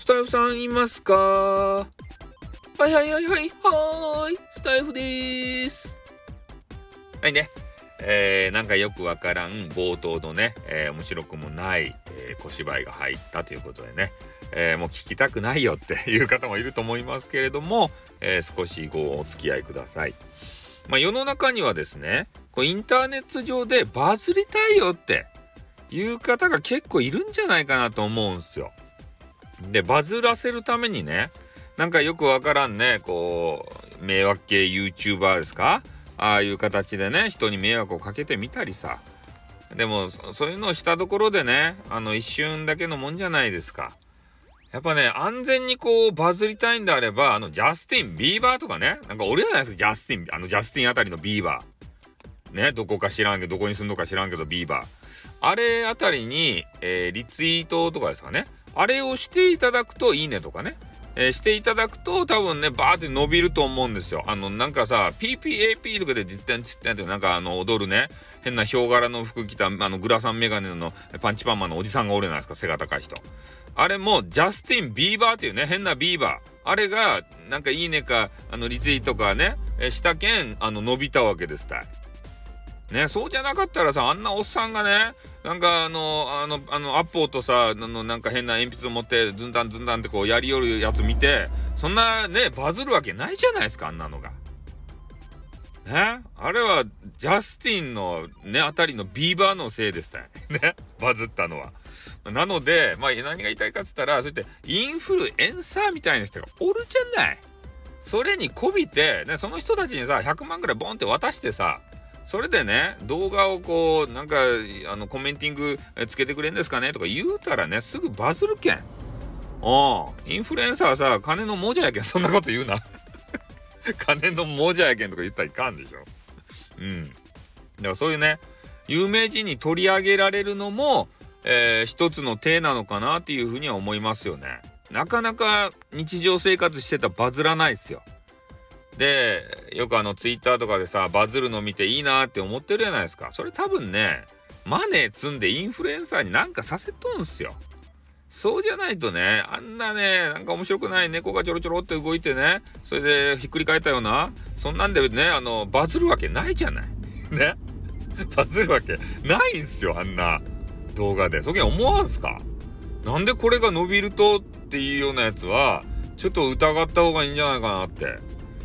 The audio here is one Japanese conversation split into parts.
タイフさんいますか？はいはいはいはいはーい、スタイフでーす。はいね、なんかよくわからん冒頭のね、面白くもない、小芝居が入ったということでね、もう聞きたくないよっていう方もいると思いますけれども、少しお付き合いください。世の中にはですね、インターネット上でバズりたいよっていう方が結構いるんじゃないかなと思うんですよ。で、バズらせるためにね、なんかよくわからんね、迷惑系 YouTuber ですか？ああいう形でね、人に迷惑をかけてみたりさ。でも、そういうのをしたところでね、一瞬だけのもんじゃないですか。やっぱね、安全にバズりたいんであれば、ジャスティン・ビーバーとかね、なんか俺じゃないですか、ジャスティンあたりのビーバー。ね、どこか知らんけど、どこに住んのか知らんけど、ビーバー。あれあたりに、リツイートとかですかね。あれをしていただくといいねとかね。していただくと多分ね、バーって伸びると思うんですよ。なんかさ、PPAP とかで実点つってなんか踊るね、変なヒョウ柄の服着たグラサンメガネのパンチパンマンのおじさんがおるじゃないですか、背が高い人。あれもジャスティン・ビーバーっていうね、変なビーバー。あれがなんかいいねかリツイートかね、したけん伸びたわけですたい。ね、そうじゃなかったらさ、あんなおっさんがね、なんかアッポーとさ、なんか変な鉛筆を持ってズンダンズンダンってやりよるやつ見て、そんなね、バズるわけないじゃないですか、あんなのが。ね、あれはジャスティンのね、あたりのビーバーのせいでしたよ。ね、バズったのは。なので、何が言いたいかっつったら、そうやってインフルエンサーみたいな人がおるじゃない。それにこびて、ね、その人たちにさ、100万ぐらいボンって渡してさ、それでね、動画をなんかコメンティングつけてくれんですかねとか言うたらね、すぐバズるけん。インフルエンサーはさ、金の亡者やけん、そんなこと言うな。金の亡者やけんとか言ったらいかんでしょ。だからそういうね、有名人に取り上げられるのも、一つの手なのかなっていうふうには思いますよね。なかなか日常生活してたらバズらないですよ。で、よくツイッターとかでさ、バズるの見ていいなって思ってるじゃないですか。それ多分ね、マネー積んでインフルエンサーになんかさせとんすよ。そうじゃないとね、あんなね、なんか面白くない猫がちょろちょろって動いてね、それでひっくり返ったような、そんなんでね、バズるわけないじゃない。ね。バズるわけないんすよ、あんな動画で。そげん思わんすか？なんでこれが伸びるとっていうようなやつは、ちょっと疑った方がいいんじゃないかなって。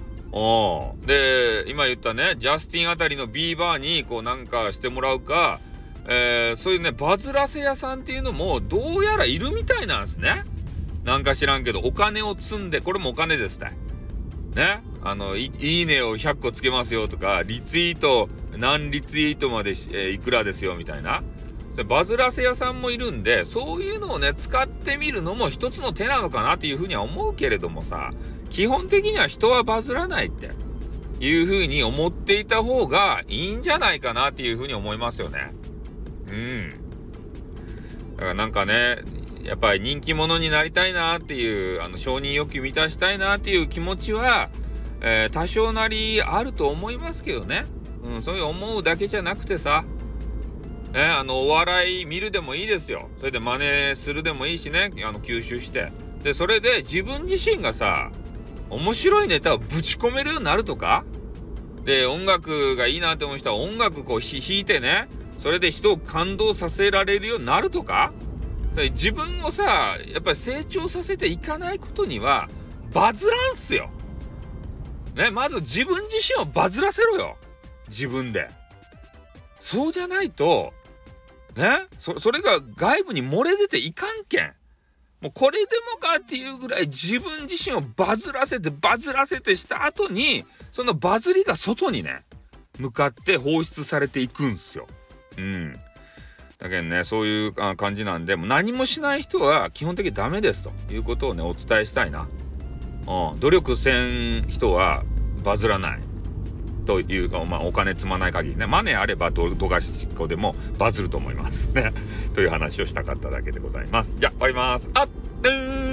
で、今言ったね、ジャスティンあたりのビーバーになんかしてもらうか、そういうね、バズらせ屋さんっていうのもどうやらいるみたいなんですね。なんか知らんけど、お金を積んで、これもお金ですたい。ね。いいねを100個つけますよとか、リツイート、何リツイートまでいくらですよみたいな。バズらせ屋さんもいるんで、そういうのをね、使ってみるのも一つの手なのかなっていうふうには思うけれどもさ、基本的には人はバズらないっていう風に思っていた方がいいんじゃないかなっていう風に思いますよね。だからなんかね、やっぱり人気者になりたいなっていう、承認欲求満たしたいなっていう気持ちは、多少なりあると思いますけどね。そういう思うだけじゃなくてさ、ね、お笑い見るでもいいですよ。それで真似するでもいいしね、吸収して。で、それで自分自身がさ、面白いネタをぶち込めるようになるとかで、音楽がいいなって思う人は音楽弾いてね、それで人を感動させられるようになるとかで、自分をさ、やっぱり成長させていかないことにはバズらんすよ。ね、まず自分自身をバズらせろよ。自分で。そうじゃないと、ね、それが外部に漏れ出ていかんけん。もうこれでもかっていうぐらい自分自身をバズらせてした後に、そのバズりが外にね、向かって放出されていくんすよ。だけどね、そういう感じなんで、もう何もしない人は基本的にダメですということをね、お伝えしたいな。努力せん人はバズらない。というか、お金積まない限りね、マネーあればどがしっこでもバズると思いますね。という話をしたかっただけでございます。じゃあ終わります。あっ